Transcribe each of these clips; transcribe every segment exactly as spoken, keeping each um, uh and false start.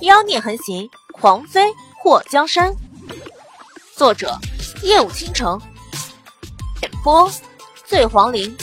妖孽横行，狂妃祸江山。作者：夜舞倾城，演播：醉黄林。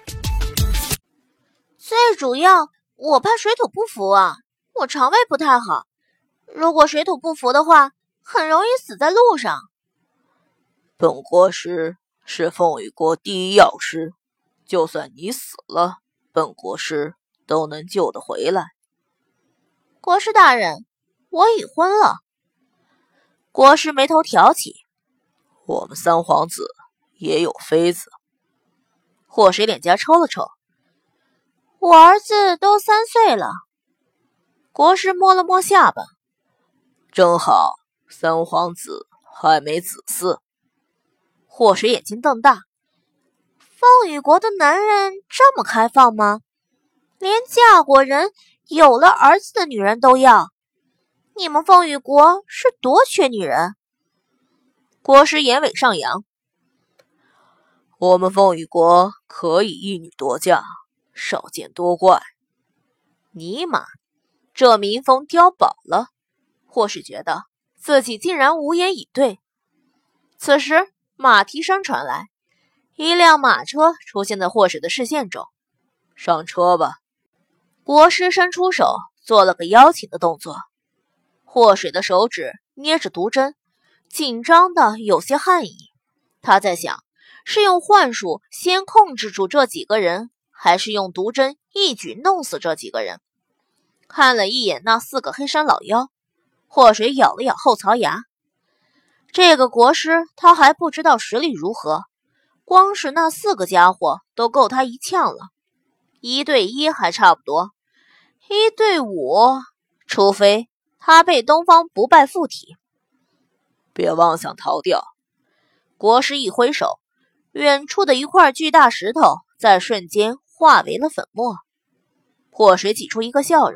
最主要，我怕水土不服啊，我肠胃不太好。如果水土不服的话，很容易死在路上。 本国师是凤羽国第一药师，就算你死了，本国师都能救得回来。 国师大人，我已婚了。国师眉头挑起， 我们三皇子也有妃子。 祸水脸颊抽了抽，我儿子都三岁了。国师摸了摸下巴， 正好三皇子还没子嗣。 祸水眼睛瞪大，凤羽国的男人这么开放吗？连嫁过人有了儿子的女人都要？你们凤羽国是多缺女人？国师眼尾上扬， 我们凤羽国可以一女多嫁，少见多怪。 尼玛，这民风碉堡了。或是觉得自己竟然无言以对。此时马蹄声传来，一辆马车出现在祸水的视线中。 上车吧。 国师伸出手做了个邀请的动作，祸水的手指捏着毒针，紧张的有些汗意。他在想，是用幻术先控制住这几个人，还是用毒针一举弄死这几个人？看了一眼那四个黑山老妖，祸水咬了咬后槽牙。这个国师他还不知道实力如何，光是那四个家伙都够他一呛了。一对一还差不多，一对五，除非他被东方不败附体。 别妄想逃掉。 国师一挥手，远处的一块巨大石头在瞬间化为了粉末。祸水挤出一个笑容，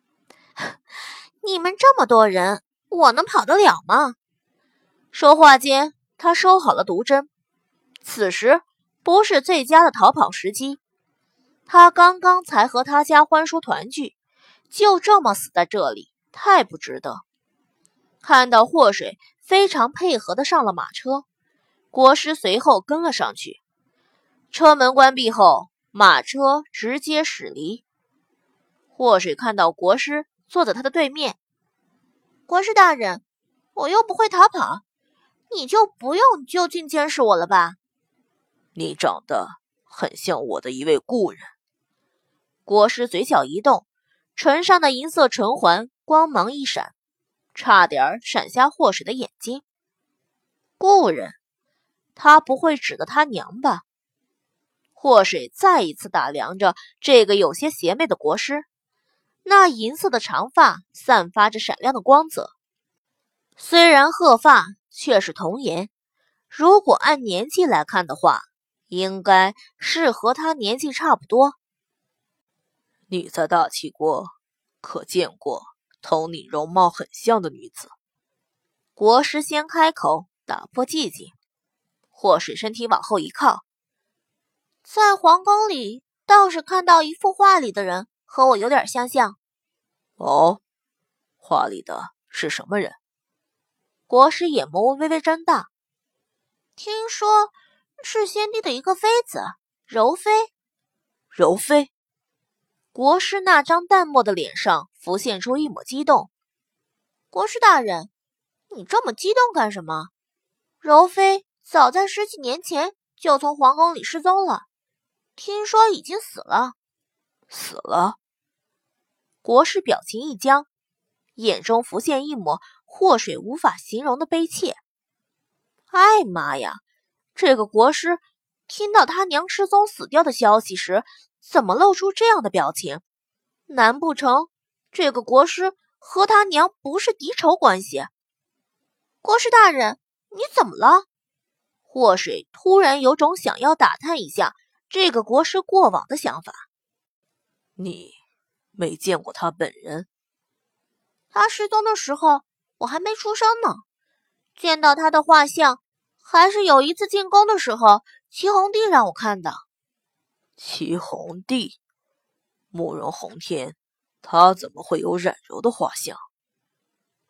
你们这么多人，我能跑得了吗？说话间，他收好了毒针。此时不是最佳的逃跑时机，他刚刚才和他家欢叔团聚，就这么死在这里，太不值得。看到祸水非常配合的上了马车，国师随后跟了上去。车门关闭后，马车直接驶离。祸水看到国师坐在他的对面，国师大人，我又不会逃跑，你就不用就近监视我了吧？ 你长得很像我的一位故人。 国师嘴角一动，唇上的银色唇环光芒一闪，差点闪瞎祸水的眼睛。故人，他不会指的他娘吧？祸水再一次打量着这个有些邪魅的国师，那银色的长发散发着闪亮的光泽，虽然鹤发，却是童颜。如果按年纪来看的话，应该是和他年纪差不多。 你在大齐国可见过同你容貌很像的女子？ 国师先开口，打破寂静。祸水身体往后一靠，在皇宫里倒是看到一幅画里的人和我有点相像。 哦，画里的是什么人？ 国师眼眸微微睁大，听说是先帝的一个妃子，柔妃。 柔妃？ 国师那张淡漠的脸上浮现出一抹激动。国师大人，你这么激动干什么？柔妃早在十几年前就从皇宫里失踪了，听说已经死了。 死了？ 国师表情一僵，眼中浮现一抹祸水无法形容的悲切。哎妈呀，这个国师听到他娘失踪死掉的消息时，怎么露出这样的表情？难不成这个国师和他娘不是敌仇关系？国师大人，你怎么了？祸水突然有种想要打探一下这个国师过往的想法。 你没见过他本人？ 他失踪的时候，我还没出生呢。见到他的画像，还是有一次进宫的时候，齐红帝让我看的。 齐红帝？慕容宏天，他怎么会有冉柔的画像？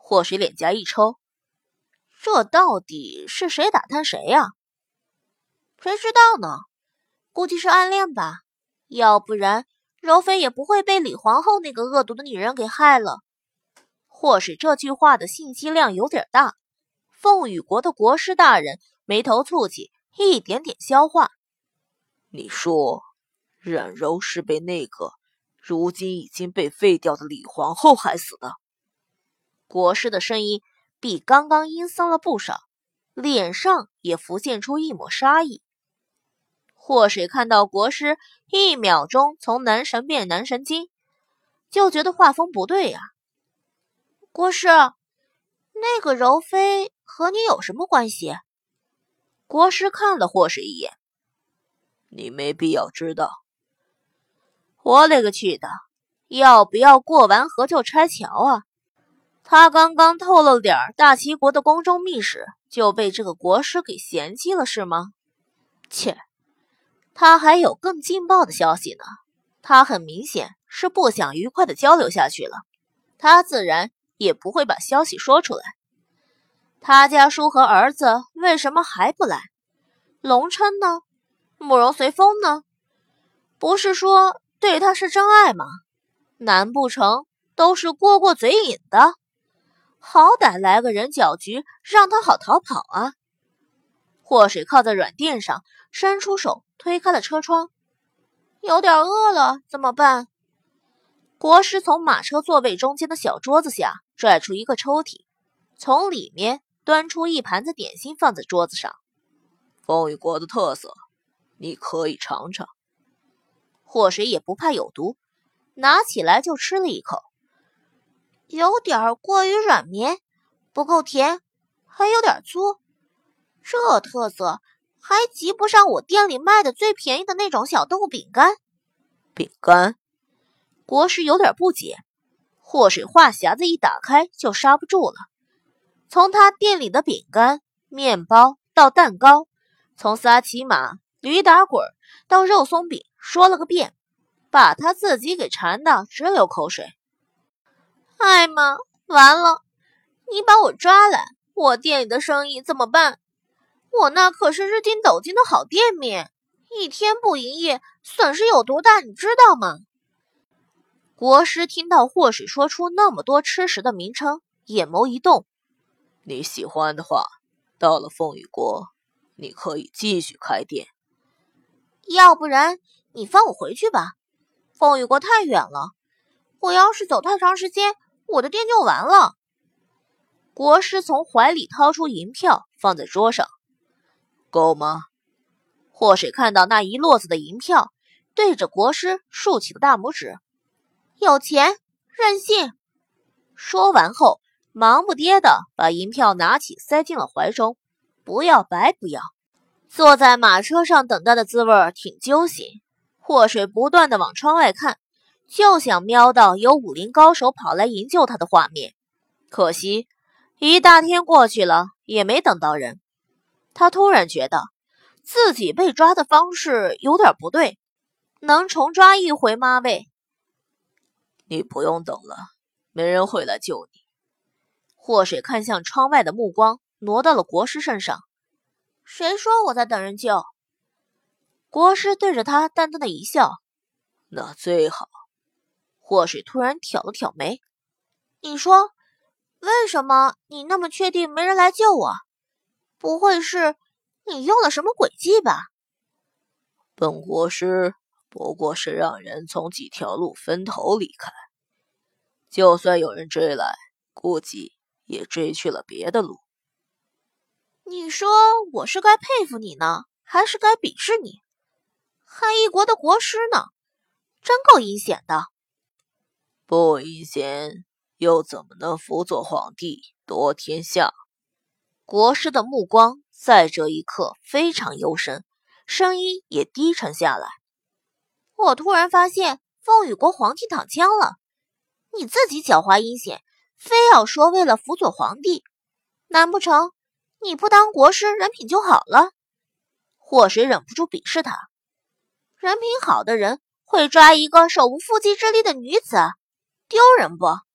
祸水脸颊一抽，这到底是谁打探谁呀？谁知道呢？估计是暗恋吧，要不然柔妃也不会被李皇后那个恶毒的女人给害了。祸水这句话的信息量有点大，凤羽国的国师大人眉头蹙起，一点点消化。 你说冉柔是被那个如今已经被废掉的李皇后害死的？ 国师的声音比刚刚阴森了不少，脸上也浮现出一抹杀意。祸水看到国师一秒钟从男神变男神经，就觉得画风不对呀、啊。国师，那个柔妃和你有什么关系？国师看了祸水一眼， 你没必要知道。 我勒个去的，要不要过完河就拆桥啊？他刚刚透露点大齐国的宫中秘史，就被这个国师给嫌弃了是吗？切！他还有更劲爆的消息呢，他很明显是不想愉快的交流下去了，他自然也不会把消息说出来。他家叔和儿子为什么还不来？龙琛呢？慕容随风呢？不是说对他是真爱吗？难不成都是过过嘴瘾的？好歹来个人搅局，让他好逃跑啊！祸水靠在软垫上，伸出手推开了车窗。有点饿了，怎么办？国师从马车座位中间的小桌子下拽出一个抽屉，从里面端出一盘子点心放在桌子上。 凤羽国的特色，你可以尝尝。 祸水也不怕有毒，拿起来就吃了一口，有点过于软绵，不够甜，还有点粗。这特色还及不上我店里卖的最便宜的那种小豆饼干。 饼干？ 国师有点不解，祸水话匣子一打开就刹不住了。从他店里的饼干、面包到蛋糕，从撒骑马、驴打滚到肉松饼说了个遍，把他自己给馋的直流口水。艾玛，完了，你把我抓来，我店里的生意怎么办？我那可是日进斗金的好店面，一天不营业，损失有多大，你知道吗？国师听到祸水说出那么多吃食的名称，眼眸一动。 你喜欢的话，到了凤羽国，你可以继续开店。 要不然你放我回去吧，凤羽国太远了，我要是走太长时间，我的店就完了。国师从怀里掏出银票放在桌上。 够吗？ 祸水看到那一摞子的银票，对着国师竖起了大拇指。有钱任性。说完后，忙不迭的把银票拿起塞进了怀中。不要白不要。坐在马车上等待的滋味挺揪心。祸水不断的往窗外看，就想瞄到有武林高手跑来营救他的画面。可惜一大天过去了，也没等到人。他突然觉得自己被抓的方式有点不对，能重抓一回吗？喂， 你不用等了，没人会来救你。 祸水看向窗外的目光挪到了国师身上。谁说我在等人救？国师对着他淡淡的一笑。 那最好。 祸水突然挑了挑眉。你说，为什么你那么确定没人来救我？不会是你用了什么诡计吧？ 本国师不过是让人从几条路分头离开，就算有人追来，估计也追去了别的路。 你说我是该佩服你呢，还是该鄙视你？害一国的国师呢，真够阴险的。 不阴险，又怎么能辅佐皇帝夺天下？ 国师的目光在这一刻非常幽深，声音也低沉下来。我突然发现凤羽国皇帝躺枪了，你自己狡猾阴险，非要说为了辅佐皇帝，难不成你不当国师人品就好了？祸水忍不住鄙视他，人品好的人会抓一个手无缚鸡之力的女子，丢人不？